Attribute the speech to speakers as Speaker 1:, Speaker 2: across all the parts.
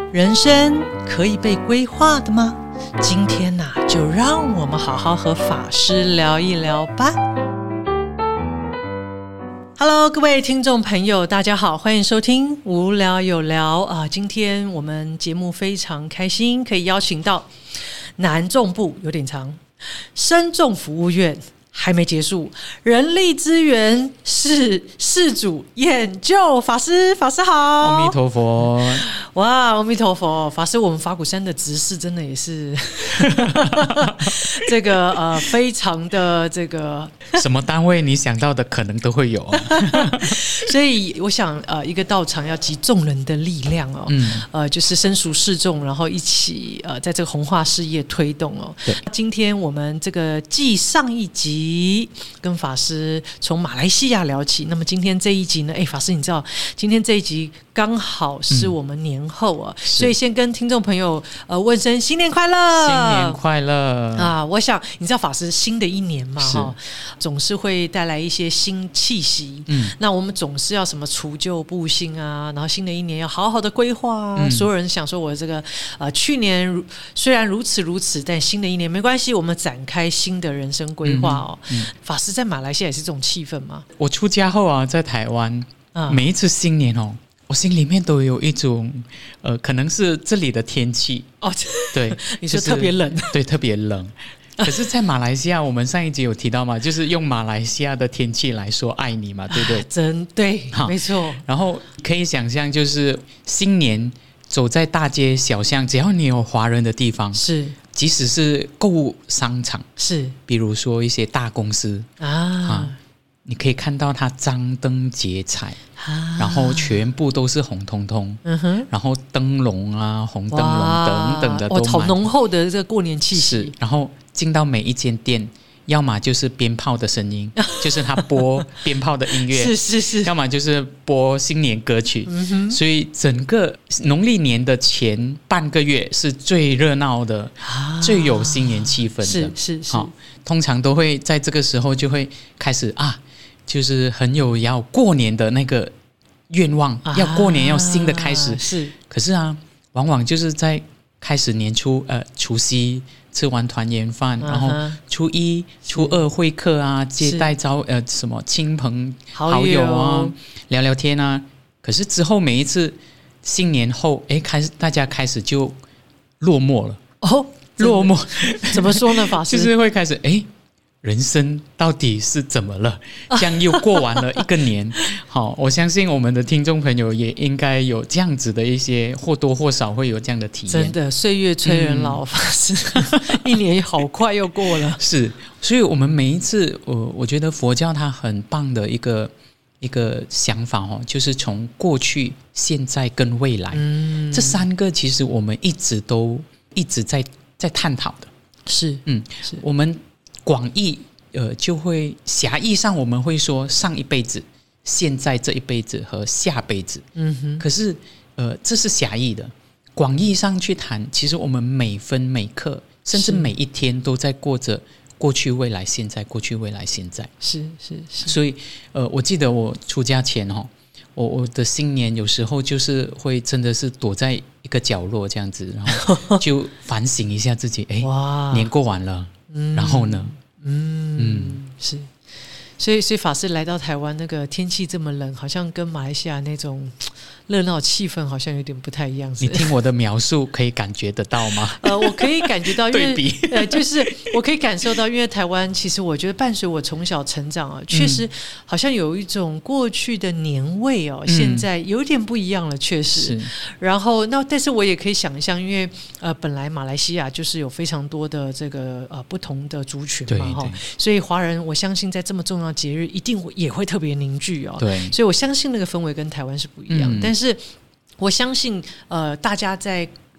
Speaker 1: 人生可以被规划的吗？今天就让我们好好和法师聊一聊吧。Hello， 各位听众朋友，大家好，欢迎收听无聊有聊今天我们节目非常开心，可以邀请到南重部有点长，深重服务院还没结束，人力资源事主研究法师好，
Speaker 2: 阿弥陀佛。
Speaker 1: 哇，阿弥陀佛，法师，我们法鼓山的执事真的也是这个非常的这个
Speaker 2: 什么单位你想到的可能都会有
Speaker 1: 所以我想一个道场要集众人的力量就是身熟士众，然后一起在这个弘化事业推动今天我们这个继上一集跟法师从马来西亚聊起，那么今天这一集呢，法师你知道今天这一集刚好是我们年后所以先跟听众朋友问声新年快乐，
Speaker 2: 新年快乐
Speaker 1: 我想你知道法师新的一年嘛总是会带来一些新气息那我们总是要什么除旧布新然后新的一年要好好的规划所有人想说我这个去年虽然如此，但新的一年没关系，我们展开新的人生规划法师在马来西亚也是这种气氛吗？
Speaker 2: 我出家后在台湾每一次新年我心里面都有一种可能是这里的天气对
Speaker 1: 你说特别冷
Speaker 2: 对，特别冷可是在马来西亚我们上一集有提到嘛，就是用马来西亚的天气来说爱你嘛，对不对？
Speaker 1: 真对，没错。
Speaker 2: 然后可以想象就是新年走在大街小巷，只要你有华人的地方，
Speaker 1: 是
Speaker 2: 即使是购物商场，是比如说一些大公司你可以看到它张灯结彩然后全部都是红彤彤然后灯笼红灯笼等等的都
Speaker 1: 好浓厚的这个过年气息。
Speaker 2: 是，然后进到每一间店，要么就是鞭炮的声音就是他播鞭炮的音乐是，要么就是播新年歌曲所以整个农历年的前半个月是最热闹的最有新年气氛的是通常都会在这个时候就会开始就是很有要过年的那个愿望要过年要新的开始是，可是往往就是在开始年初除夕吃完团圆饭然后初一初二会客接待什么亲朋好友聊聊天可是之后每一次新年后大家开始就落寞了落寞
Speaker 1: 怎么说呢法师？
Speaker 2: 就是会开始人生到底是怎么了？这样又过完了一个年好，我相信我们的听众朋友也应该有这样子的一些或多或少会有这样的体验。真
Speaker 1: 的岁月催人老法师一年好快又过了
Speaker 2: 是，所以我们每一次我觉得佛教它很棒的一个想法就是从过去现在跟未来这三个其实我们一直在探讨的是我们广义就会狭义上我们会说上一辈子现在这一辈子和下辈子可是这是狭义的，广义上去谈其实我们每分每刻甚至每一天都在过着过去未来现在过去未来现在是所以我记得我出家前我的新年有时候就是会真的是躲在一个角落这样子然后就反省一下自己年过完了然后呢
Speaker 1: 是所以法师来到台湾那个天气这么冷，好像跟马来西亚那种热闹气氛好像有点不太一样。
Speaker 2: 你听我的描述可以感觉得到吗？
Speaker 1: 我可以感觉到，因为
Speaker 2: 对比
Speaker 1: 就是我可以感受到，因为台湾其实我觉得伴随我从小成长确实好像有一种过去的年味现在有点不一样了，确实。然后但是我也可以想象，因为本来马来西亚就是有非常多的这个不同的族群嘛所以华人我相信在这么重要的节日一定也会特别凝聚对，所以我相信那个氛围跟台湾是不一样但是我相信大家在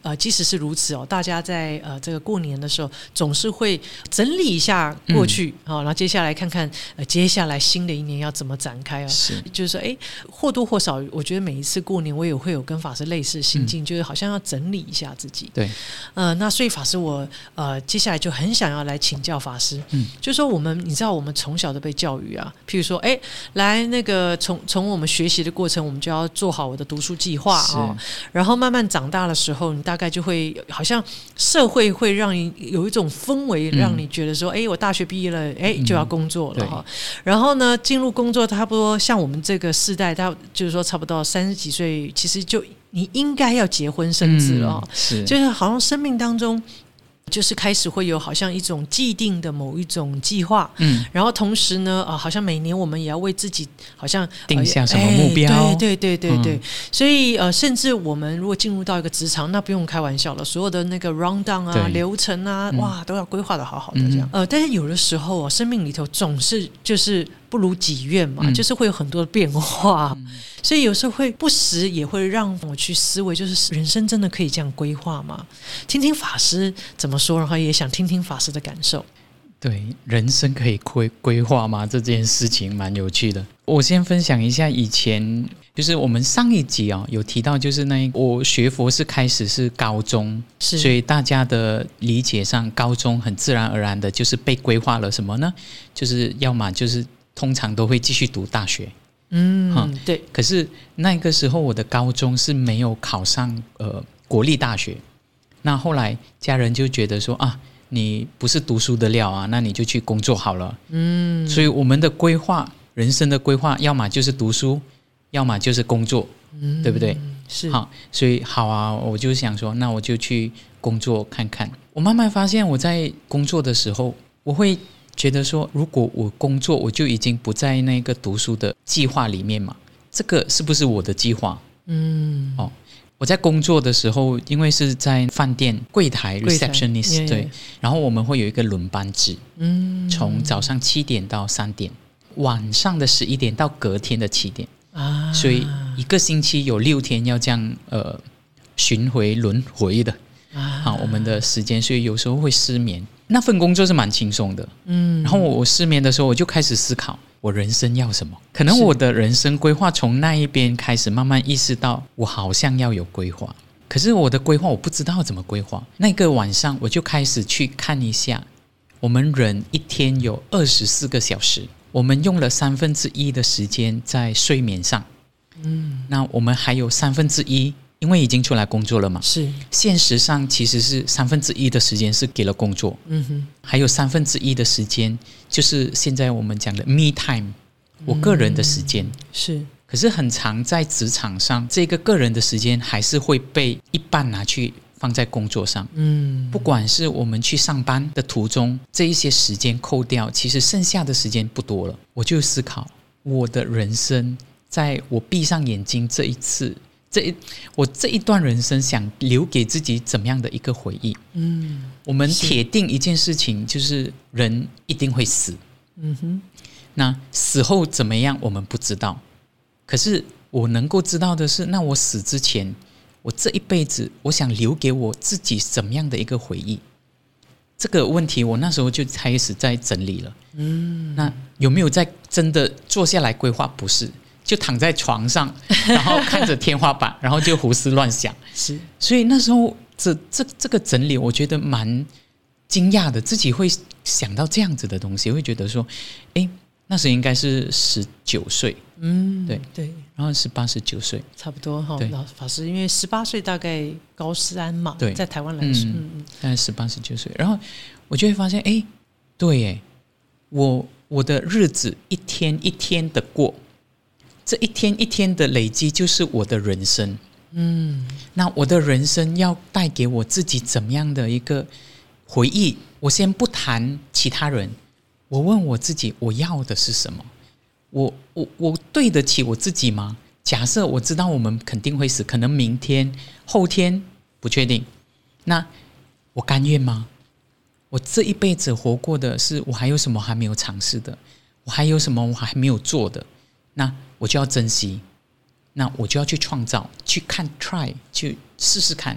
Speaker 1: 即使是如此哦，大家在这个过年的时候，总是会整理一下过去然后接下来看看接下来新的一年要怎么展开
Speaker 2: 是，
Speaker 1: 就是说或多或少，我觉得每一次过年我也会有跟法师类似的心境，就是好像要整理一下自己。
Speaker 2: 对，
Speaker 1: 那所以法师我接下来就很想要来请教法师，就是说你知道我们从小都被教育啊，譬如说来那个从我们学习的过程，我们就要做好我的读书计划然后慢慢长大的时候，你大概就会好像社会会让你有一种氛围，让你觉得说我大学毕业了就要工作了然后呢进入工作差不多像我们这个世代，他就是说差不多30几岁，其实就你应该要结婚生子了
Speaker 2: 是，
Speaker 1: 就是好像生命当中就是开始会有好像一种既定的某一种计划然后同时呢好像每年我们也要为自己好像
Speaker 2: 定下什么目标
Speaker 1: 对所以甚至我们如果进入到一个职场，那不用开玩笑了，所有的那个 round down 啊流程啊哇都要规划的好好的这样但是有的时候生命里头总是就是不如己愿嘛就是会有很多的变化所以有时候会不时也会让我去思维，就是人生真的可以这样规划吗？听听法师怎么说，然后也想听听法师的感受。
Speaker 2: 对，人生可以规划吗？这件事情蛮有趣的。我先分享一下以前，就是我们上一集有提到，就是我学佛是开始是高中，所以大家的理解上，高中很自然而然的就是被规划了什么呢？就是要么就是通常都会继续读大学。
Speaker 1: 对。
Speaker 2: 可是那个时候我的高中是没有考上国立大学，那后来家人就觉得说你不是读书的料啊，那你就去工作好了。所以我们的规划，人生的规划，要么就是读书，要么就是工作，对不对？
Speaker 1: 是。
Speaker 2: 所以好啊，我就想说，那我就去工作看看。我慢慢发现，我在工作的时候，我会觉得说，如果我工作，我就已经不在那个读书的计划里面嘛，这个是不是我的计划？我在工作的时候，因为是在饭店柜台 receptionist 对，然后我们会有一个轮班制从早上7点到3点，晚上的11点到隔天的7点所以一个星期有6天要这样巡回轮回的我们的时间，所以有时候会失眠。那份工作是蛮轻松的然后我失眠的时候，我就开始思考我人生要什么。可能我的人生规划从那一边开始慢慢意识到，我好像要有规划，可是我的规划我不知道怎么规划。那个晚上我就开始去看一下，我们人一天有24个小时，我们用了1/3的时间在睡眠上那我们还有1/3，因为已经出来工作了嘛，
Speaker 1: 是
Speaker 2: 现实上其实是1/3的时间是给了工作还有1/3的时间就是现在我们讲的 me time，我个人的时间
Speaker 1: 是。
Speaker 2: 可是很常在职场上，这个个人的时间还是会被一半拿去放在工作上不管是我们去上班的途中，这一些时间扣掉，其实剩下的时间不多了。我就思考我的人生，在我闭上眼睛这一次，我这一段人生想留给自己怎么样的一个回忆我们铁定一件事情，就是人一定会死那死后怎么样我们不知道，可是我能够知道的是，那我死之前，我这一辈子我想留给我自己怎么样的一个回忆。这个问题我那时候就开始在整理了那有没有在真的坐下来规划？不是，就躺在床上然后看着天花板然后就胡思乱想
Speaker 1: 是。
Speaker 2: 所以那时候这个整理我觉得蛮惊讶的，自己会想到这样子的东西，会觉得说那时应该是19岁
Speaker 1: 对，
Speaker 2: 然后18、19岁
Speaker 1: 差不多法师因为18岁大概高3嘛，
Speaker 2: 对，
Speaker 1: 在台湾来说
Speaker 2: 大概18、19岁，然后我就会发现对耶，我的日子一天一天的过，这一天一天的累积就是我的人生那我的人生要带给我自己怎么样的一个回忆？我先不谈其他人，我问我自己，我要的是什么？我对得起我自己吗？假设我知道我们肯定会死，可能明天后天不确定，那我甘愿吗？我这一辈子活过的是，我还有什么还没有尝试的，我还有什么我还没有做的，那我就要珍惜，那我就要去创造，去看 try 去试试看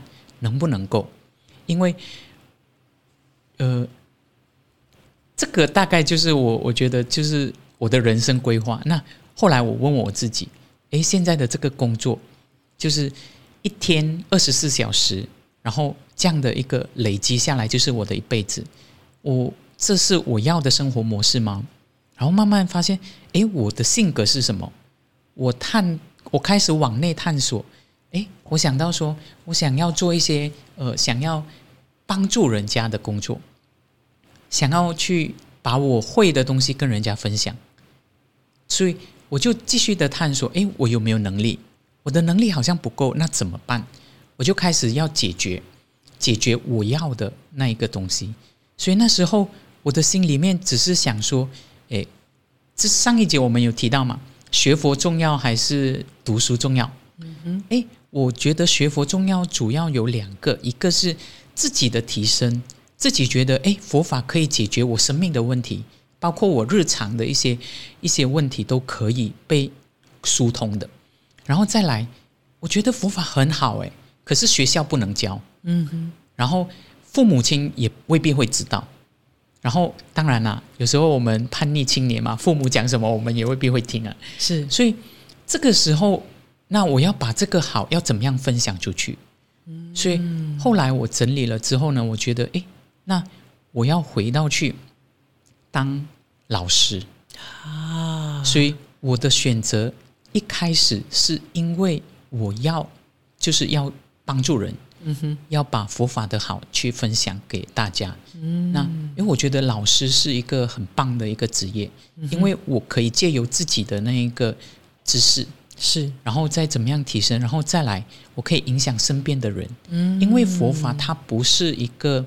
Speaker 2: 能不能够？因为这个大概就是我觉得就是我的人生规划。那后来我问我自己，现在的这个工作就是一天24小时，然后这样的一个累积下来就是我的一辈子，这是我要的生活模式吗？然后慢慢发现我的性格是什么？我开始往内探索，我想到说我想要做一些想要帮助人家的工作，想要去把我会的东西跟人家分享，所以我就继续的探索，我有没有能力？我的能力好像不够，那怎么办？我就开始要解决我要的那一个东西。所以那时候我的心里面只是想说，这上一节我们有提到嘛，学佛重要还是读书重要？我觉得学佛重要主要有2个，一个是自己的提升，自己觉得佛法可以解决我生命的问题，包括我日常的一些问题都可以被疏通的。然后再来，我觉得佛法很好可是学校不能教，然后父母亲也未必会知道。然后当然啦，有时候我们叛逆青年嘛，父母讲什么我们也未必会听啊。
Speaker 1: 是，
Speaker 2: 所以这个时候，那我要把这个好要怎么样分享出去？所以后来我整理了之后呢，我觉得那我要回到去当老师啊。所以我的选择一开始是因为我就是要帮助人，要把佛法的好去分享给大家。那因为我觉得老师是一个很棒的一个职业，因为我可以借由自己的那一个知识，
Speaker 1: 是，
Speaker 2: 然后再怎么样提升，然后再来我可以影响身边的人。因为佛法它不是一个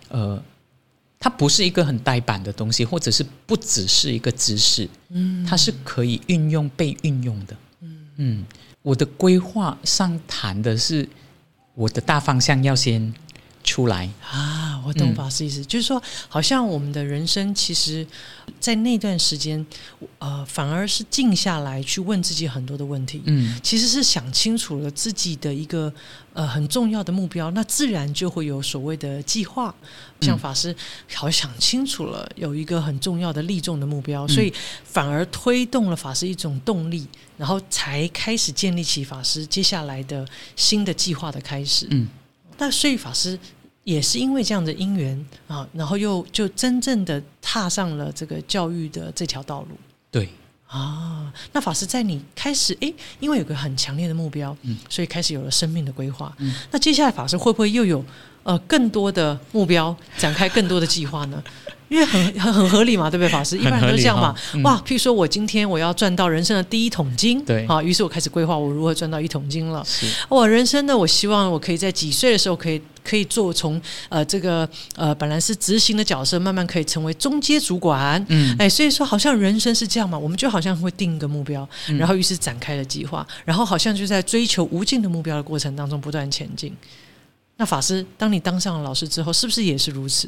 Speaker 2: 很呆板的东西，或者是不只是一个知识，它是可以运用被运用的。我的规划上谈的是我的大方向要先出来
Speaker 1: 啊，我懂法师意思，就是说好像我们的人生其实在那段时间反而是静下来去问自己很多的问题，其实是想清楚了自己的一个很重要的目标，那自然就会有所谓的计划。像法师好想清楚了有一个很重要的利众的目标，所以反而推动了法师一种动力，然后才开始建立起法师接下来的新的计划的开始。那所以法师也是因为这样的因缘啊，然后又就真正的踏上了这个教育的这条道路。
Speaker 2: 对
Speaker 1: 啊，那法师在你开始因为有个很强烈的目标，所以开始有了生命的规划。那接下来法师会不会又有更多的目标，展开更多的计划呢？因为很合理嘛，对不对，法师？一般人都这样嘛。哇，譬如说我今天我要赚到人生的第1桶金，
Speaker 2: 对，
Speaker 1: 于是我开始规划我如何赚到1桶金了。我人生呢，我希望我可以在几岁的时候可以做从这个本来是执行的角色，慢慢可以成为中阶主管。所以说好像人生是这样嘛，我们就好像会定一个目标，然后于是展开了计划，然后好像就在追求无尽的目标的过程当中不断前进。那法师，当你当上了老师之后，是不是也是如此？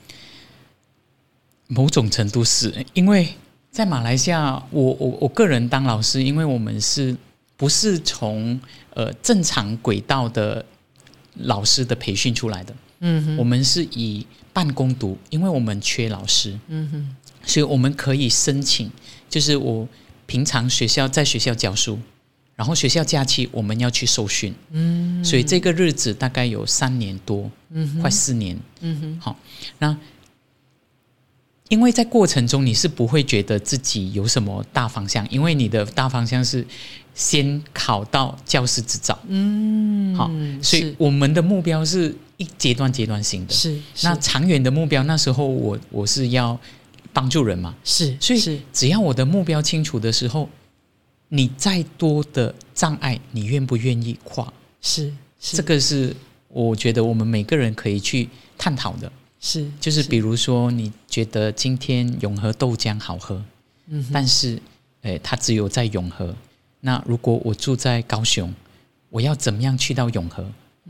Speaker 2: 某种程度是，因为在马来西亚，我个人当老师，因为我们不是从正常轨道的老师的培训出来的，我们是以半工读，因为我们缺老师，所以我们可以申请，就是我平常在学校教书，然后学校假期我们要去受训，所以这个日子大概有3年多，快4年，好，那。因为在过程中你是不会觉得自己有什么大方向，因为你的大方向是先考到教师执照，好，所以我们的目标是一阶段性的。是那长远的目标，那时候我是要帮助人嘛，所以只要我的目标清楚的时候，你再多的障碍，你愿不愿意跨？这个是我觉得我们每个人可以去探讨的。就是比如说你觉得今天永和豆浆好喝，但是它只有在永和，那如果我住在高雄，我要怎么样去到永和？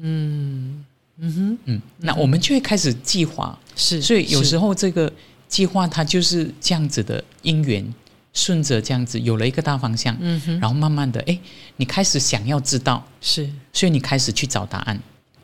Speaker 2: 那我们就会开始计划，所以有时候这个计划它就是这样子的因缘，顺着这样子有了一个大方向，然后慢慢的你开始想要知道，所以你开始去找答案，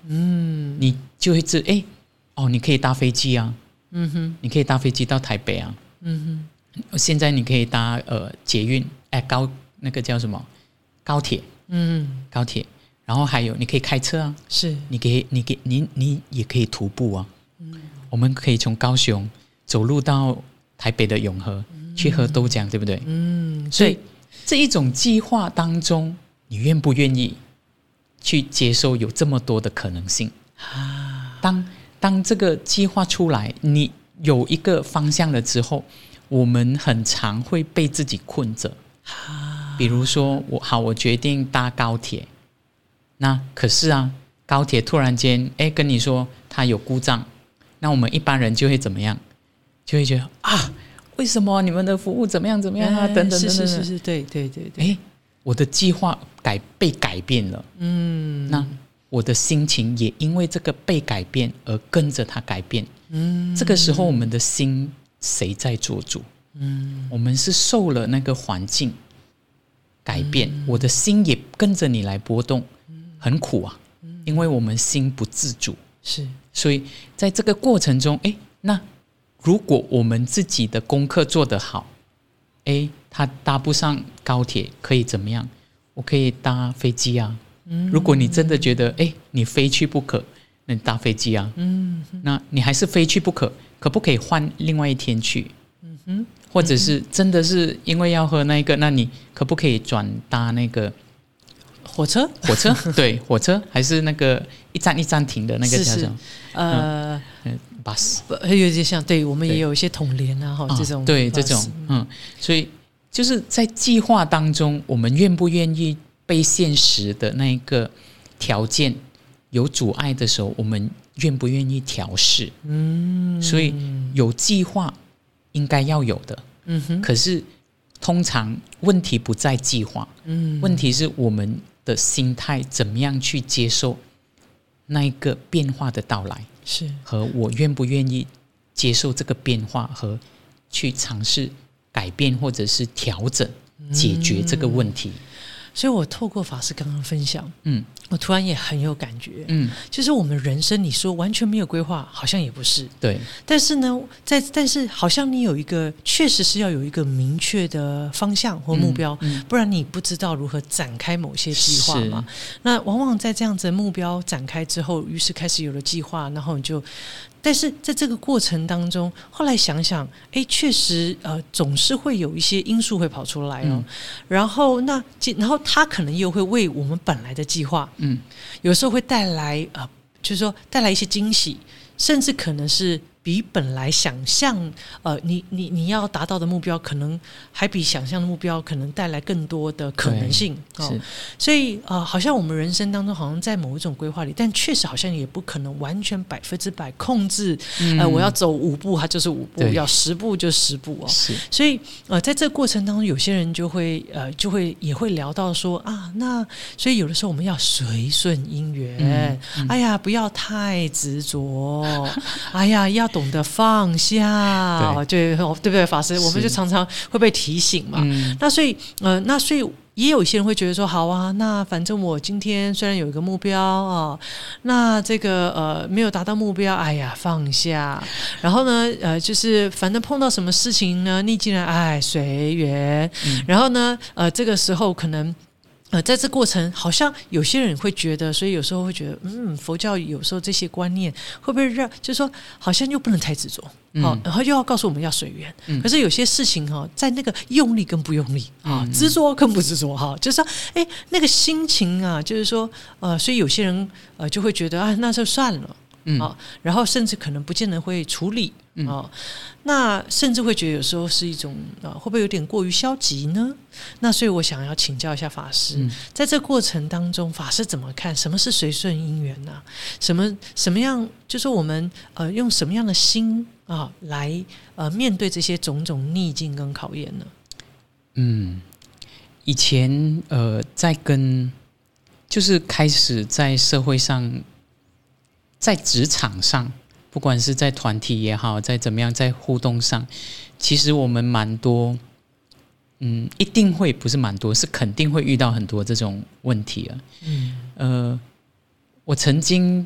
Speaker 2: 你就会你可以搭飞机啊，你可以搭飞机到台北啊，现在你可以搭捷运，那个叫什么高铁，高铁，然后还有你可以开车啊，
Speaker 1: 是
Speaker 2: 你也可以徒步啊，我们可以从高雄走路到台北的永和，去喝豆浆，对不对？所以这一种计划当中，你愿不愿意去接受有这么多的可能性？当这个计划出来，你有一个方向了之后，我们很常会被自己困着。比如说我决定搭高铁，那可是啊，高铁突然间跟你说它有故障，那我们一般人就会怎么样？就会觉得为什么你们的服务怎么样啊？等等等等，
Speaker 1: 是，对，
Speaker 2: 我的计划被改变了，那我的心情也因为这个被改变而跟着它改变。这个时候我们的心谁在做主？我们是受了那个环境改变，我的心也跟着你来波动，很苦啊，因为我们心不自主。
Speaker 1: 是，
Speaker 2: 所以在这个过程中，那如果我们自己的功课做得好，他搭不上高铁可以怎么样？我可以搭飞机啊。如果你真的觉得你非去不可，那你搭飞机啊。那你还是非去不可，可不可以换另外一天去？或者是真的是因为要喝那个，那你可不可以转搭那个
Speaker 1: 火车？
Speaker 2: 对，火车还是那个一站一站停的那个叫什么？bus，
Speaker 1: 有点像，对，我们也有一些统联啊，这种
Speaker 2: 对这种所以就是在计划当中，我们愿不愿意被现实的那个条件有阻碍的时候，我们愿不愿意调试？所以有计划应该要有的，可是通常问题不在计划，问题是我们的心态怎么样去接受那一个变化的到来，
Speaker 1: 是
Speaker 2: 和我愿不愿意接受这个变化和去尝试改变或者是调整解决这个问题。
Speaker 1: 所以我透过法师刚刚分享，我突然也很有感觉，就是我们人生你说完全没有规划，好像也不是，
Speaker 2: 对。
Speaker 1: 但是呢，但是好像你有一个，确实是要有一个明确的方向或目标，不然你不知道如何展开某些计划嘛。那往往在这样子的目标展开之后，于是开始有了计划，然后你就。但是在这个过程当中，后来想想，确实总是会有一些因素会跑出来哦。然后他可能又会为我们本来的计划，有时候会带来就是说带来一些惊喜，甚至可能是比本来想象你要达到的目标，可能还比想象的目标可能带来更多的可能性所以好像我们人生当中好像在某一种规划里，但确实好像也不可能完全100%控制我要走5步它就是5步，要10步就10步所以在这个过程当中，有些人就会也会聊到说那所以有的时候我们要随顺因缘，哎呀不要太执着，哎呀要懂得放下，对不对？法师，我们就常常会被提醒嘛。那所以也有一些人会觉得说，好啊，那反正我今天虽然有一个目标那这个没有达到目标，哎呀放下。然后呢就是反正碰到什么事情呢，逆境来随缘。然后呢这个时候可能。在这过程好像有些人会觉得，所以有时候会觉得佛教有时候这些观念会不会让就是说好像又不能太执着然后又要告诉我们要随缘可是有些事情在那个用力跟不用力执着跟不执着就是说那个心情就是说所以有些人就会觉得那就算了然后甚至可能不见得会处理那甚至会觉得有时候是一种会不会有点过于消极呢？那所以我想要请教一下法师，在这过程当中，法师怎么看什么是随顺因缘呢？什么样，就是我们用什么样的心来面对这些种种逆境跟考验呢？
Speaker 2: 以前在就是开始在社会上，在职场上。不管是在团体也好，在怎么样，在互动上，其实我们蛮多，一定会不是蛮多，是肯定会遇到很多这种问题我曾经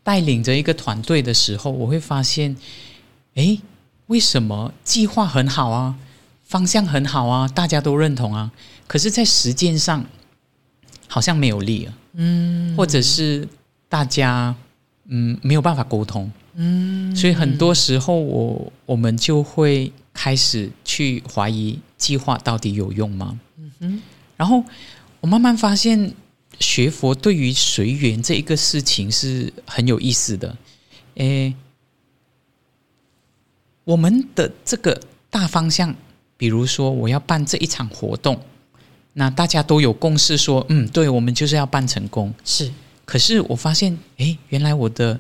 Speaker 2: 带领着一个团队的时候，我会发现，为什么计划很好啊，方向很好啊，大家都认同啊，可是在实践上好像没有力了，或者是大家没有办法沟通，所以很多时候我们就会开始去怀疑计划到底有用吗？然后我慢慢发现学佛对于随缘这一个事情是很有意思的。我们的这个大方向，比如说我要办这一场活动，那大家都有共识说对，我们就是要办成功。
Speaker 1: 是，
Speaker 2: 可是我发现原来我的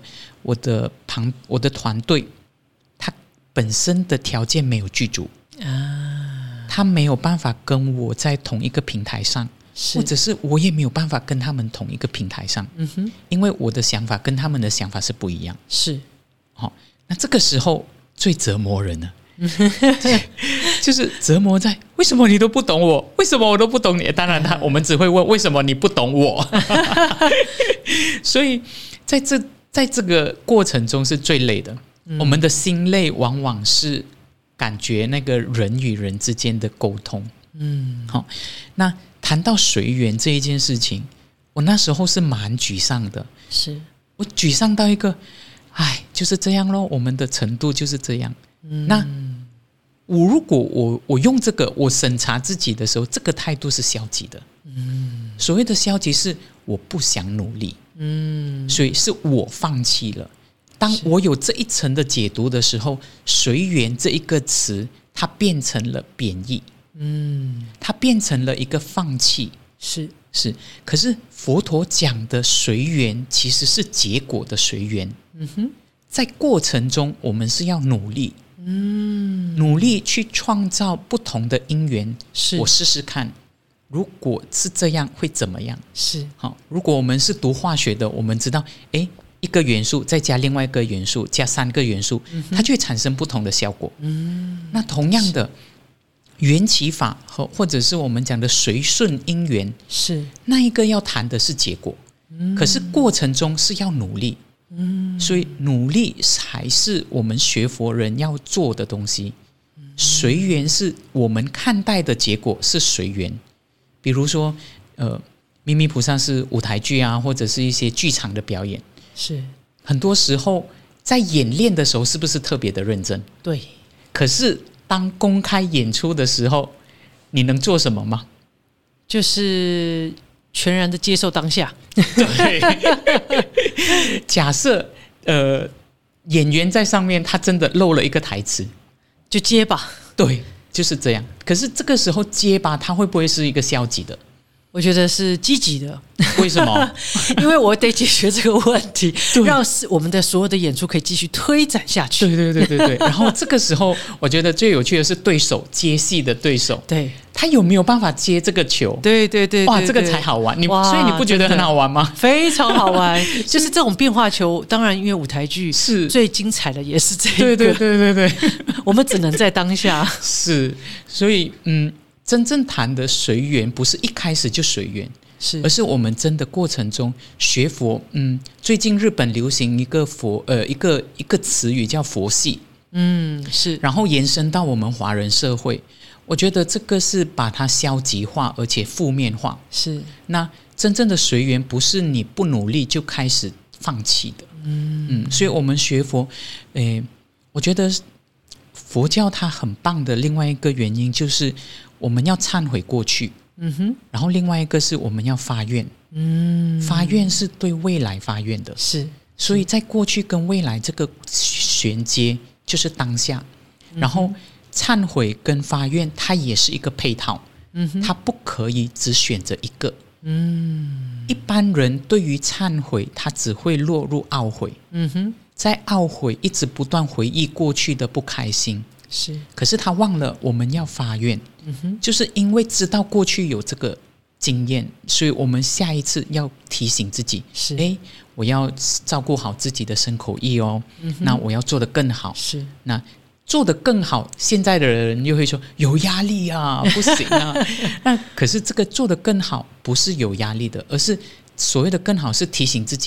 Speaker 2: 团队他本身的条件没有具足啊，他没有办法跟我在同一个平台上，或者是我也没有办法跟他们同一个平台上，因为我的想法跟他们的想法是不一样。是，那这个时候最折磨人了。就是折磨在为什么你都不懂我，为什么我都不懂你。当然我们只会问为什么你不懂我。所以在这个过程中是最累的，我们的心累往往是感觉那个人与人之间的沟通。那谈到随缘这一件事情，我那时候是蛮沮丧的，是我沮丧到一个就是这样咯，我们的程度就是这样。那如果我用这个我审查自己的时候，这个态度是消极的。所谓的消极是我不想努力，所以是我放弃了。当我有这一层的解读的时候，随缘这一个词它变成了贬义，它变成了一个放弃。是，可是佛陀讲的随缘其实是结果的随缘。在过程中我们是要努力，努力去创造不同的因缘。我试试看，如果是这样会怎么样？如果我们是读化学的，我们知道一个元素再加另外一个元素加3个元素，它就会产生不同的效果。那同样的缘起法或者是我们讲的随顺因缘，是那一个要谈的是结果，可是过程中是要努力。所以努力才是我们学佛人要做的东西。随缘是我们看待的结果是随缘。比如说秘密菩萨是舞台剧啊，或者是一些剧场的表演，是很多时候在演练的时候是不是特别的认真？对。可是当公开演出的时候，你能做什么吗？就是全然的接受当下。对。假设演员在上面他真的漏了一个台词，就接吧。对，就是这样。可是这个时候接吧，他会不会是一个消极的？我觉得是积极的。为什么？因为我得解决这个问题，让我们的所有的演出可以继续推展下去。对。然后这个时候我觉得最有趣的是对手，接戏的对手，对，他有没有办法接这个球？对，哇，这个才好玩。所以你不觉得很好玩吗？非常好玩。就是这种变化球，当然因为舞台剧是最精彩的，也是这个。对。我们只能在当下。是，所以真正谈的随缘不是一开始就随缘，而是我们真的过程中学佛。最近日本流行一个一个词语叫佛系，是，然后延伸到我们华人社会，我觉得这个是把它消极化而且负面化。是，那真正的随缘不是你不努力就开始放弃的。所以我们学佛，我觉得佛教它很棒的另外一个原因就是我们要忏悔过去，然后另外一个是我们要发愿，发愿是对未来发愿的，是，所以在过去跟未来这个衔接就是当下，然后忏悔跟发愿它也是一个配套，它不可以只选择一个。一般人对于忏悔他只会落入懊悔，在懊悔一直不断回忆过去的不开心，是，可是他忘了我们要发愿，就是因为知道过去有这个经验，所以我们下一次要提醒自己，是，我要照顾好自己的身口意哦，那我要做得更好，是，那做得更好，现在的人又会说有压力啊，不行啊。那可是这个做得更好不是有压力的，而是所谓的更好是提醒自己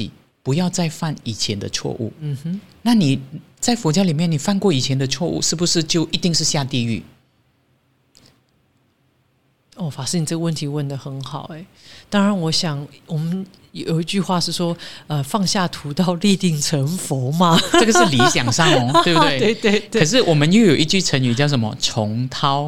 Speaker 2: 不要再犯以前的错误。那你在佛教里面，你犯过以前的错误，是不是就一定是下地狱？
Speaker 1: 法师，你这个问题问得很好当然，我想我们有一句话是说，放下屠刀，立定成佛嘛。
Speaker 2: 这个是理想上对不对？
Speaker 1: 对对对。
Speaker 2: 可是我们又有一句成语叫什么？重蹈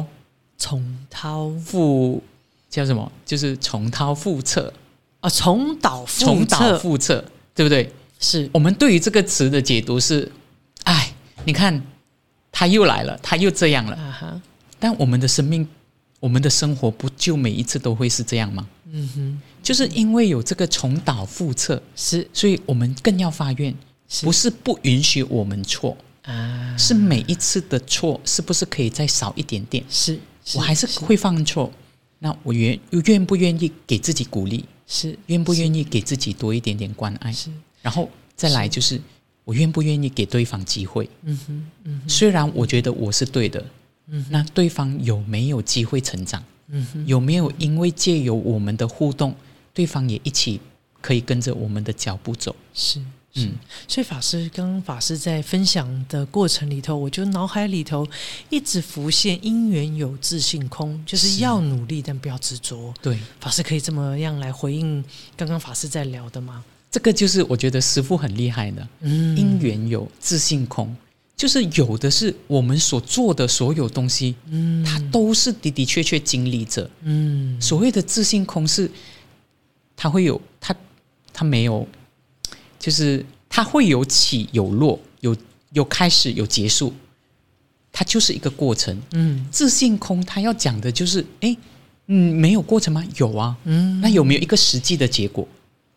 Speaker 2: 覆叫什么？就是重蹈覆辙
Speaker 1: 重蹈覆辙，
Speaker 2: 对不对？
Speaker 1: 是
Speaker 2: 我们对于这个词的解读是，你看他又来了，他又这样了。但我们的生命，我们的生活不就每一次都会是这样吗？就是因为有这个重蹈覆辙，所以我们更要发愿，不是不允许我们错是每一次的错是不是可以再少一点点？我还是会犯错，那我愿不愿意给自己鼓励？愿不愿意给自己多一点点关爱？然后再来就是我愿不愿意给对方机会？虽然我觉得我是对的，那对方有没有机会成长？有没有因为借由我们的互动，对方也一起可以跟着我们的脚步走？所以刚刚法师在分享的过程里头，我就脑海里头一直浮现因缘有自性空，就是要努力但不要执着。对，法师可以这么样来回应刚刚法师在聊的吗？这个就是我觉得师父很厉害的，因缘有自性空，就是有的是我们所做的所有东西，它都是的的确确经历着。所谓的自性空是，它会有它没有，就是它会有起有落，有开始有结束，它就是一个过程。自性空它要讲的就是没有过程吗？有啊。那有没有一个实际的结果？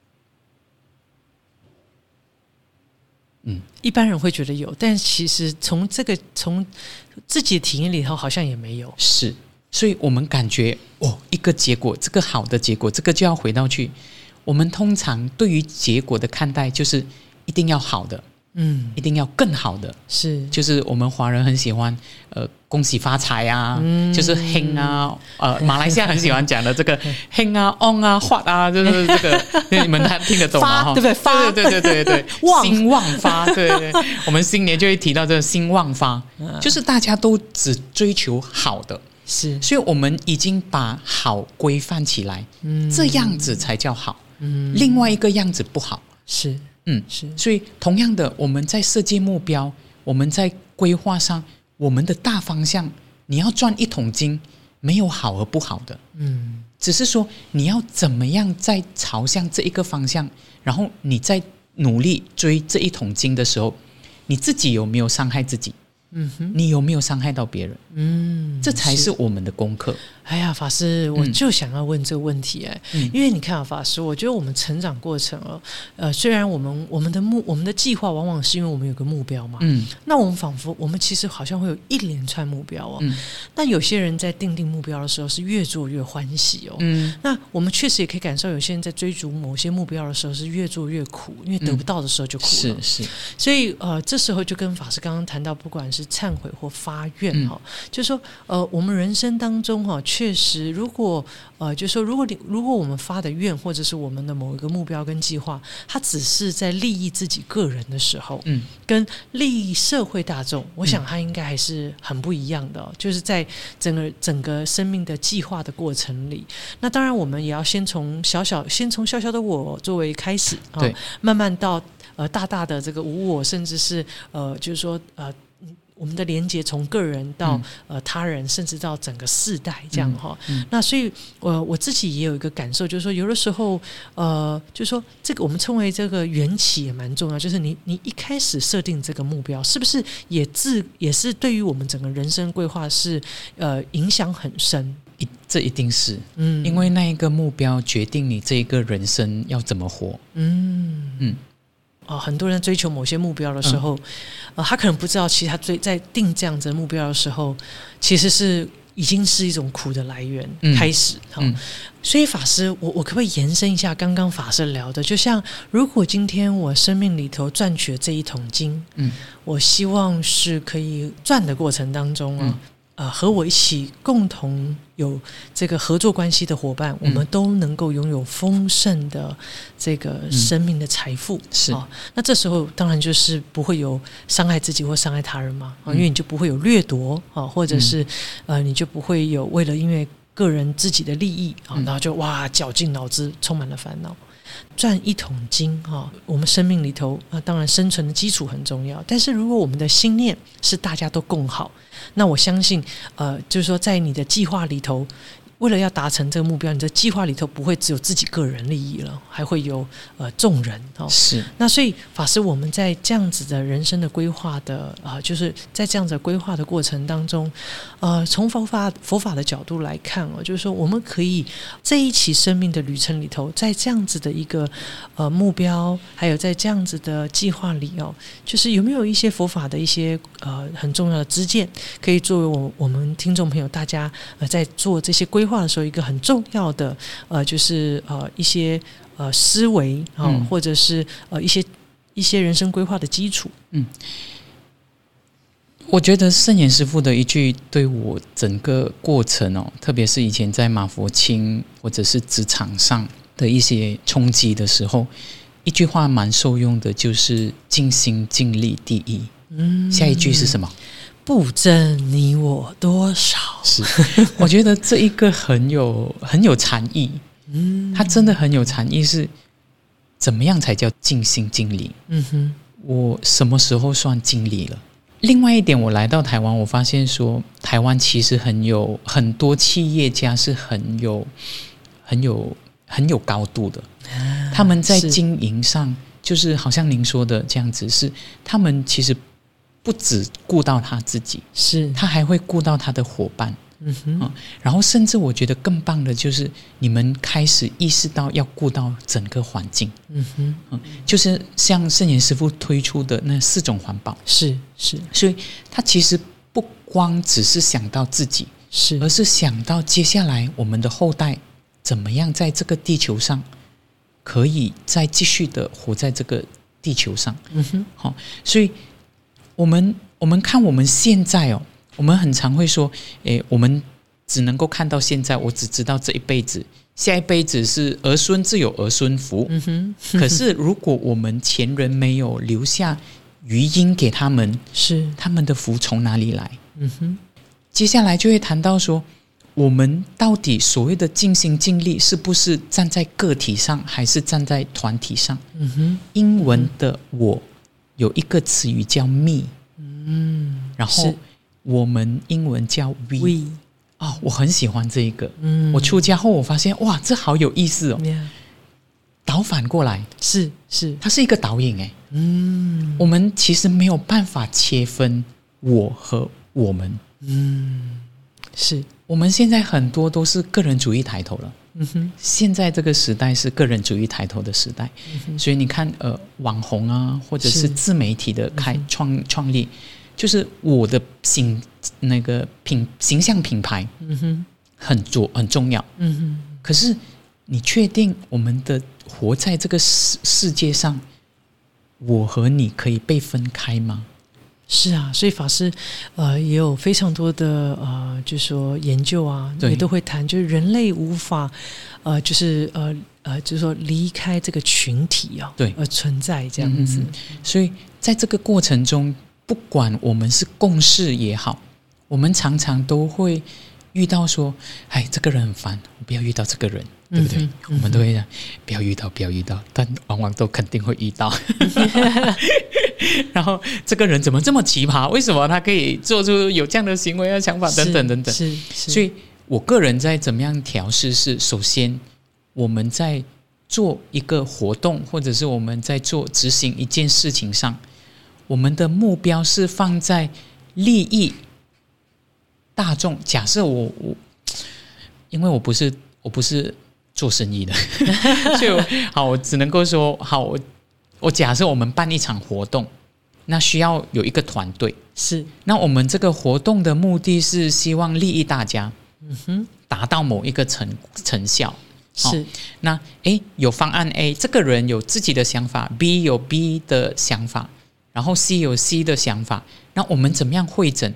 Speaker 2: 一般人会觉得有，但其实从自己的体验里头好像也没有。所以我们感觉一个结果，这个好的结果，这个就要回到去。我们通常对于结果的看待就是一定要好的，一定要更好的，就是我们华人很喜欢恭喜发财啊，就是兴啊，马来西亚很喜欢讲的这个兴啊 on 啊 hot 啊，就是这个你们听得懂吗？对不对？发，对兴旺发，对，我们新年就会提到这个兴旺发，就是大家都只追求好的。所以我们已经把好规范起来，这样子才叫好，另外一个样子不好。所以同样的，我们在设计目标，我们在规划上，我们的大方向，你要赚一桶金，没有好和不好的，只是说你要怎么样在朝向这一个方向，然后你在努力追这一桶金的时候，你自己有没有伤害自己？你有没有伤害到别人？这才是我们的功课。哎呀，法师，我就想要问这个问题因为你看法师，我觉得我们成长过程虽然我们的计划往往是因为我们有个目标嘛，那我们仿佛我们其实好像会有一连串目标那有些人在定目标的时候是越做越欢喜那我们确实也可以感受有些人在追逐某些目标的时候是越做越苦，因为得不到的时候就苦了。所以这时候就跟法师刚刚谈到，不管是忏悔或发愿就是说我们人生当中确实如果就是说如果我们发的愿或者是我们的某一个目标跟计划，它只是在利益自己个人的时候跟利益社会大众，我想它应该还是很不一样的就是在整个生命的计划的过程里，那当然我们也要先从小小的我作为开始慢慢到大大的这个无我，甚至是就是说我们的连结从个人到他人，甚至到整个世代这样那所以我自己也有一个感受，就是说有的时候就是说这个我们称为这个缘起也蛮重要，就是你一开始设定这个目标，是不是也是对于我们整个人生规划是影响很深？这一定是因为那一个目标决定你这一个人生要怎么活。很多人追求某些目标的时候他可能不知道其实他在定这样子的目标的时候，其实已经是一种苦的来源开始所以法师我可不可以延伸一下刚刚法师聊的，就像如果今天我生命里头赚取了这一桶金我希望是可以赚的过程当中
Speaker 1: 和我一起共同有这个合作关系的伙伴，我们都能够拥有丰盛的这个生命的财富。
Speaker 2: 是
Speaker 1: 那这时候当然就是不会有伤害自己或伤害他人嘛，因为你就不会有掠夺或者是你就不会有为了因为个人自己的利益然后就绞尽脑汁，充满了烦恼。赚一桶金我们生命里头当然生存的基础很重要，但是如果我们的心念是大家都共好，那我相信就是说在你的计划里头，为了要达成这个目标，你的计划里头不会只有自己个人利益了，还会有众人
Speaker 2: 是。
Speaker 1: 那所以法师，我们在这样子的人生的规划的就是在这样子的规划的过程当中，从佛法的角度来看就是说我们可以这一期生命的旅程里头，在这样子的一个目标，还有在这样子的计划里就是有没有一些佛法的一些很重要的知见，可以作为我们听众朋友大家在做这些规划的时候一个很重要的就是一些思维或者是一些人生规划的基础。
Speaker 2: 我觉得圣严师父的一句对我整个过程特别是以前在马佛清或者是职场上的一些冲击的时候，一句话蛮受用的，就是尽心尽力第一。下一句是什么？
Speaker 1: 不争你我多少。
Speaker 2: 是，我觉得这一个很有禅意。它真的很有禅意，是怎么样才叫尽心尽力？我什么时候算尽力了？另外一点，我来到台湾，我发现说台湾其实很多企业家是很有高度的，他们在经营上就是好像您说的这样子，是他们其实不只顾到他自己，
Speaker 1: 是
Speaker 2: 他还会顾到他的伙伴。然后甚至我觉得更棒的就是你们开始意识到要顾到整个环境。就是像圣严师父推出的那4种环保，
Speaker 1: 是，
Speaker 2: 所以他其实不光只是想到自己，而是想到接下来我们的后代怎么样在这个地球上可以再继续的活在这个地球上。所以我们看我们现在我们很常会说我们只能够看到现在，我只知道这一辈子，下一辈子是儿孙自有儿孙福。可是如果我们前人没有留下余荫给他们，是他们的福从哪里来？接下来就会谈到说，我们到底所谓的尽心尽力，是不是站在个体上，还是站在团体上？英文的我有一个词语叫 me，然后我们英文叫 we。我很喜欢这一个。我出家后我发现哇，这好有意思倒反过来
Speaker 1: 是
Speaker 2: 它是一个导引我们其实没有办法切分我和我们。
Speaker 1: 是
Speaker 2: 我们现在很多都是个人主义抬头了。现在这个时代是个人主义抬头的时代。所以你看网红啊，或者是自媒体的创立，就是我的形象品牌很重要。可是你确定我们的活在这个世界上，我和你可以被分开吗？
Speaker 1: 是啊，所以法师也有非常多的就是说研究也都会谈，就是人类无法就是说离开这个群体
Speaker 2: 对，
Speaker 1: 而存在这样子。
Speaker 2: 所以在这个过程中，不管我们是共事也好，我们常常都会遇到说，这个人很烦，我不要遇到这个人，对不对？我们都会讲不要遇到，但往往都肯定会遇到。然后这个人怎么这么奇葩？为什么他可以做出有这样的行为想法等等等等？所以我个人在怎么样调试是，首先我们在做一个活动，或者是我们在执行一件事情上，我们的目标是放在利益大众。假设因为我不是做生意的，所以我只能够说我假设我们办一场活动，那需要有一个团队，那我们这个活动的目的是希望利益大家，达到某一个成效。那有方案 A， 这个人有自己的想法， B 有 B 的想法，然后 C 有 C 的想法，那我们怎么样汇整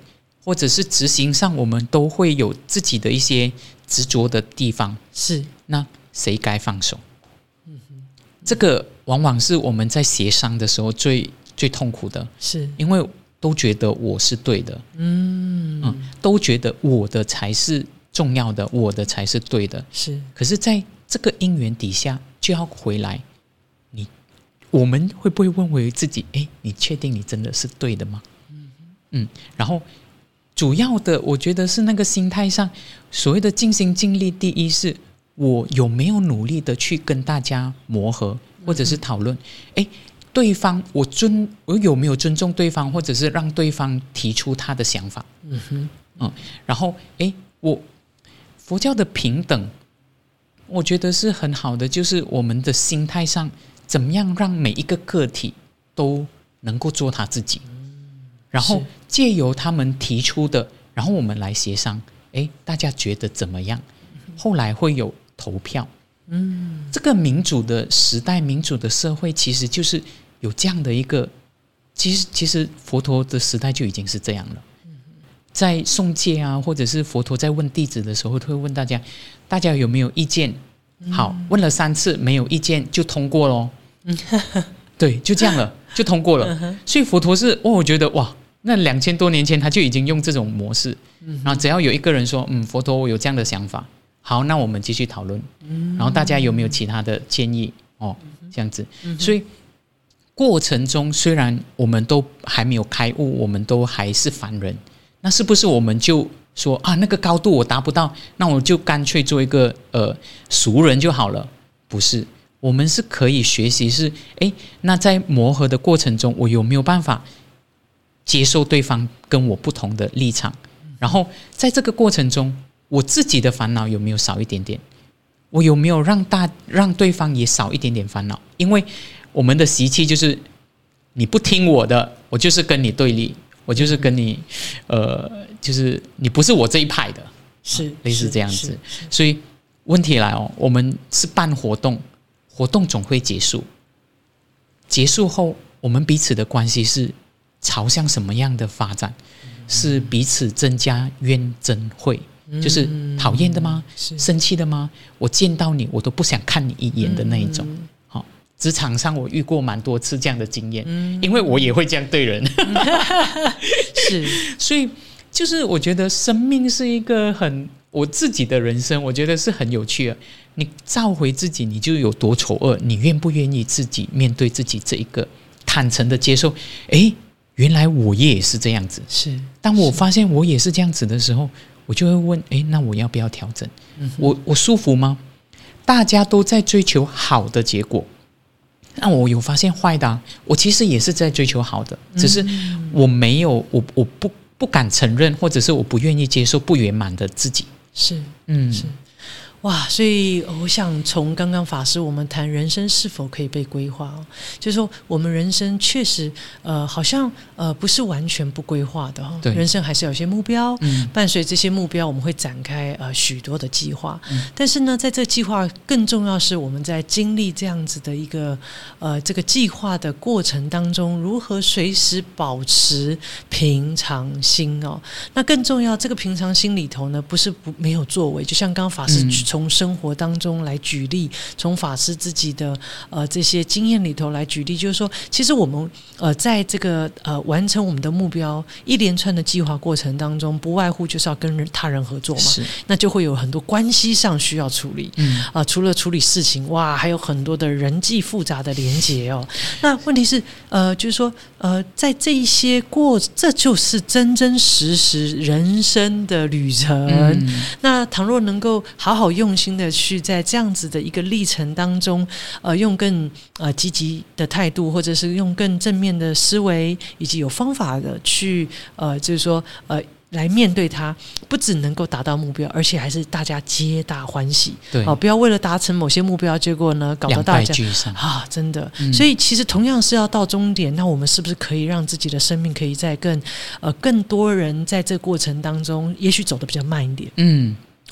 Speaker 2: 或者是执行上，我们都会有自己的一些执着的地方。
Speaker 1: 是，
Speaker 2: 那谁该放手？这个往往是我们在协商的时候最痛苦的，
Speaker 1: 是
Speaker 2: 因为都觉得我是对的，都觉得我的才是重要的，我的才是对的。
Speaker 1: 是，
Speaker 2: 可是在这个因缘底下，就要回来，我们会不会问回自己？你确定你真的是对的吗？然后主要的，我觉得是那个心态上，所谓的尽心尽力，第一是我有没有努力的去跟大家磨合，或者是讨论，对方我有没有尊重对方，或者是让对方提出他的想法。然后我佛教的平等，我觉得是很好的，就是我们的心态上怎么样让每一个个体都能够做他自己，然后借由他们提出的，然后我们来协商，大家觉得怎么样？后来会有投票。这个民主的时代，民主的社会，其实就是有这样的一个，其实佛陀的时代就已经是这样了。在诵戒啊，或者是佛陀在问弟子的时候，会问大家有没有意见？好，问了3次没有意见就通过咯。对，就这样了，就通过了。所以佛陀是我觉得哇，那2000多年前他就已经用这种模式。然后只要有一个人说，佛陀我有这样的想法，好，那我们继续讨论。然后大家有没有其他的建议？这样子。所以过程中虽然我们都还没有开悟，我们都还是凡人，那是不是我们就说那个高度我达不到，那我就干脆做一个俗人就好了？不是，我们是可以学习是那在磨合的过程中，我有没有办法接受对方跟我不同的立场？然后在这个过程中，我自己的烦恼有没有少一点点？我有没有让对方也少一点点烦恼？因为我们的习气就是你不听我的，我就是跟你对立，我就是跟你就是你不是我这一派的，
Speaker 1: 是
Speaker 2: 类似这样子。所以问题来我们是办活动总会结束，结束后我们彼此的关系是朝向什么样的发展？是彼此增加怨憎会，就是讨厌的吗？生气的吗？我见到你我都不想看你一眼的那一种。职场上我遇过蛮多次这样的经验，因为我也会这样对人。
Speaker 1: 是，
Speaker 2: 所以就是我觉得生命是一个我自己的人生，我觉得是很有趣的。你照回自己，你就有多丑恶，你愿不愿意自己面对自己这一个坦诚的接受？原来我也是这样子。
Speaker 1: 是，
Speaker 2: 当我发现我也是这样子的时候，我就会问：那我要不要调整？我舒服吗？大家都在追求好的结果，那我有发现坏的我其实也是在追求好的，只是我没有，我不敢承认，或者是我不愿意接受不圆满的自己。
Speaker 1: 是，是。哇，所以我想从刚刚法师我们谈人生是否可以被规划就是说我们人生确实好像不是完全不规划的人生还是有些目标，伴随这些目标我们会展开许多的计划，但是呢在这计划更重要是我们在经历这样子的一个这个计划的过程当中，如何随时保持平常心那更重要，这个平常心里头呢不是没有作为，就像刚刚法师从生活当中来举例，从法师自己的这些经验里头来举例，就是说其实我们在这个完成我们的目标一连串的计划过程当中，不外乎就是要跟他人合作嘛，那就会有很多关系上需要处理除了处理事情，哇还有很多的人际复杂的连结那问题是就是说在这一些这就是真真实实人生的旅程那倘若能够好好用心的去在这样子的一个历程当中用更积极的态度，或者是用更正面的思维，以及有方法的去就是说来面对它，不只能够达到目标，而且还是大家皆大欢喜。
Speaker 2: 对
Speaker 1: 不要为了达成某些目标，结果呢搞得大家真的所以其实同样是要到终点，那我们是不是可以让自己的生命可以在更多人在这个过程当中，也许走得比较慢一点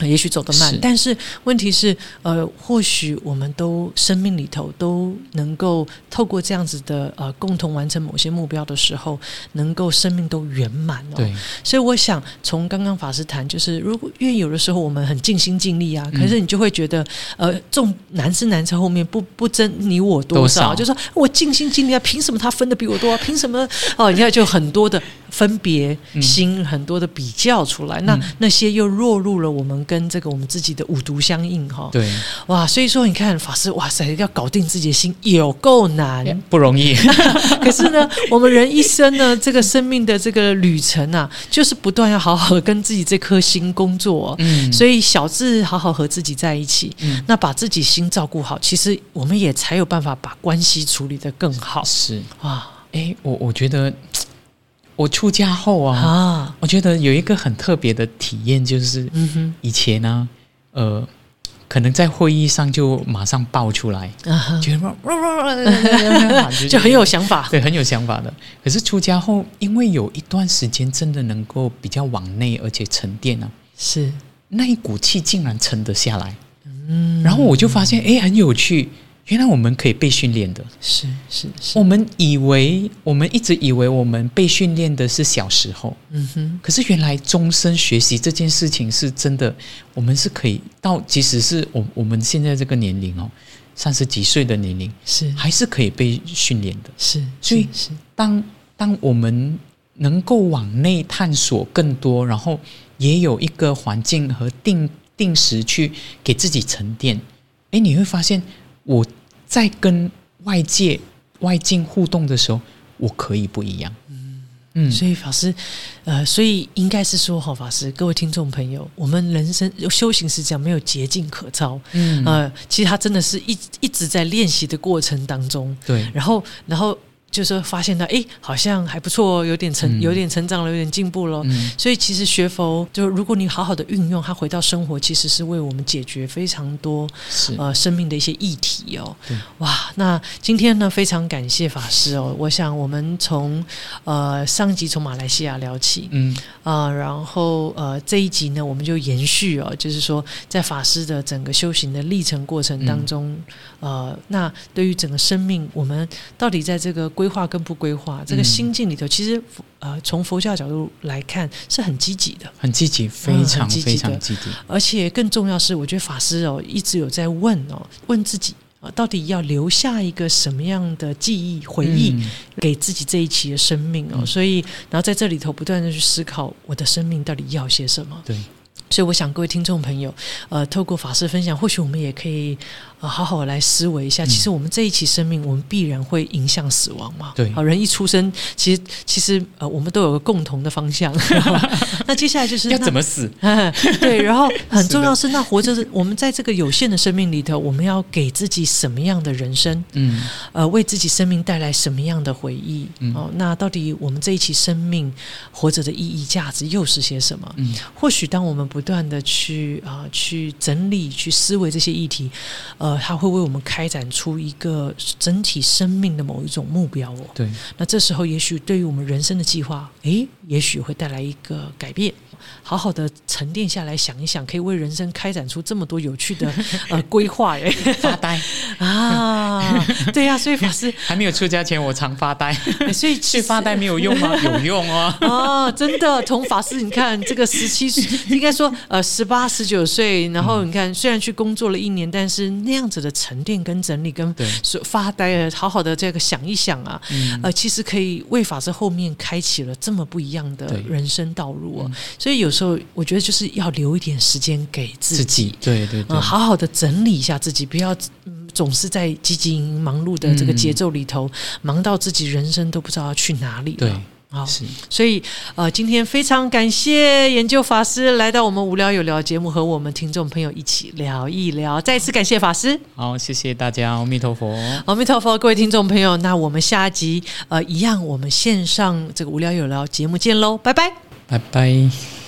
Speaker 1: 也许走得慢，但是问题是，或许我们都生命里头都能够透过这样子的共同完成某些目标的时候，能够生命都圆满哦。
Speaker 2: 对，
Speaker 1: 所以我想从刚刚法师谈，就是因为有的时候我们很尽心尽力啊，可是你就会觉得，重难是难在后面，不争你我多少，就说我尽心尽力啊，凭什么他分的比我多啊？凭什么？你看就很多的分别心，很多的比较出来，那些又落入了我们跟这个我们自己的五毒相应哈。
Speaker 2: 对，
Speaker 1: 哇，所以说你看法师，哇塞，要搞定自己的心有够难，
Speaker 2: 不容易。
Speaker 1: 可是呢，我们人一生呢，这个生命的这个旅程啊，就是不断要好好跟自己这颗心工作。所以小至好好和自己在一起，那把自己心照顾好，其实我们也才有办法把关系处理得更好。
Speaker 2: 是哇，我觉得。我出家后我觉得有一个很特别的体验，就是以前呢，可能在会议上就马上爆出来，觉得
Speaker 1: 就很有想法，
Speaker 2: 对，很有想法的。可是出家后，因为有一段时间真的能够比较往内，而且沉淀
Speaker 1: 是那
Speaker 2: 一股气竟然沉得下来，然后我就发现，很有趣。原来我们可以被训练的，
Speaker 1: 是。
Speaker 2: 我们一直以为我们被训练的是小时候，可是原来终身学习这件事情是真的，我们是可以到，即使是我们现在这个年龄30几岁的年龄，还是可以被训练的。所以当我们能够往内探索更多，然后也有一个环境和定时去给自己沉淀，你会发现。我在跟外境互动的时候，我可以不一样。
Speaker 1: 所以法师，所以应该是说，法师，各位听众朋友，我们人生修行是这样，没有捷径可操。其实他真的是一直在练习的过程当中。
Speaker 2: 对，
Speaker 1: 然后就是发现到，好像还不错，有点成长了，有点进步了。所以其实学佛，就如果你好好的运用它，回到生活，其实是为我们解决非常多生命的一些议题哦。哇，那今天呢，非常感谢法师哦。我想我们从上集从马来西亚聊起，然后这一集呢，我们就延续就是说在法师的整个修行的历程过程当中，那对于整个生命，我们到底在这个规划跟不规划这个心境里头，其实从佛教角度来看是很积极的，
Speaker 2: 很积极，非常非常积极。
Speaker 1: 而且更重要是，我觉得法师一直有在问自己到底要留下一个什么样的记忆回忆给自己这一期的生命所以然后在这里头不断的去思考我的生命到底要些什么。
Speaker 2: 对，
Speaker 1: 所以我想各位听众朋友透过法师分享，或许我们也可以好好来思维一下，其实我们这一期生命，我们必然会迎向死亡嘛。
Speaker 2: 对，
Speaker 1: 人一出生，其实我们都有个共同的方向。那接下来就是
Speaker 2: 要怎么死？
Speaker 1: 对，然后很重要是，那活着我们在这个有限的生命里头，我们要给自己什么样的人生？为自己生命带来什么样的回忆？那到底我们这一期生命活着的意义、价值又是些什么？或许当我们不断的去整理、去思维这些议题，它会为我们开展出一个整体生命的某一种目标
Speaker 2: 对，
Speaker 1: 那这时候也许对于我们人生的计划，也许会带来一个改变。好好的沉淀下来想一想，可以为人生开展出这么多有趣的规划耶。
Speaker 2: 发呆
Speaker 1: 对呀，所以法师
Speaker 2: 还没有出家前我常发呆，
Speaker 1: 所以
Speaker 2: 发呆没有用吗？有用
Speaker 1: 真的。从法师你看这个17岁，应该说18、19岁，然后你看虽然去工作了1年，但是那样子的沉淀跟整理跟发呆，好好的这个想一想其实可以为法师后面开启了这么不一样的人生道路所以有时候我觉得就是要留一点时间给自己，
Speaker 2: 对，
Speaker 1: 好好的整理一下自己，不要总是在积极忙碌的这个节奏里头，忙到自己人生都不知道要去哪里了。
Speaker 2: 对，
Speaker 1: 好，所以今天非常感谢研究法师来到我们无聊有聊节目，和我们听众朋友一起聊一聊。再次感谢法师。
Speaker 2: 好，谢谢大家，阿弥陀佛。
Speaker 1: 阿弥陀佛，各位听众朋友，那我们下集一样，我们线上这个无聊有聊节目见喽，拜拜，
Speaker 2: 拜拜。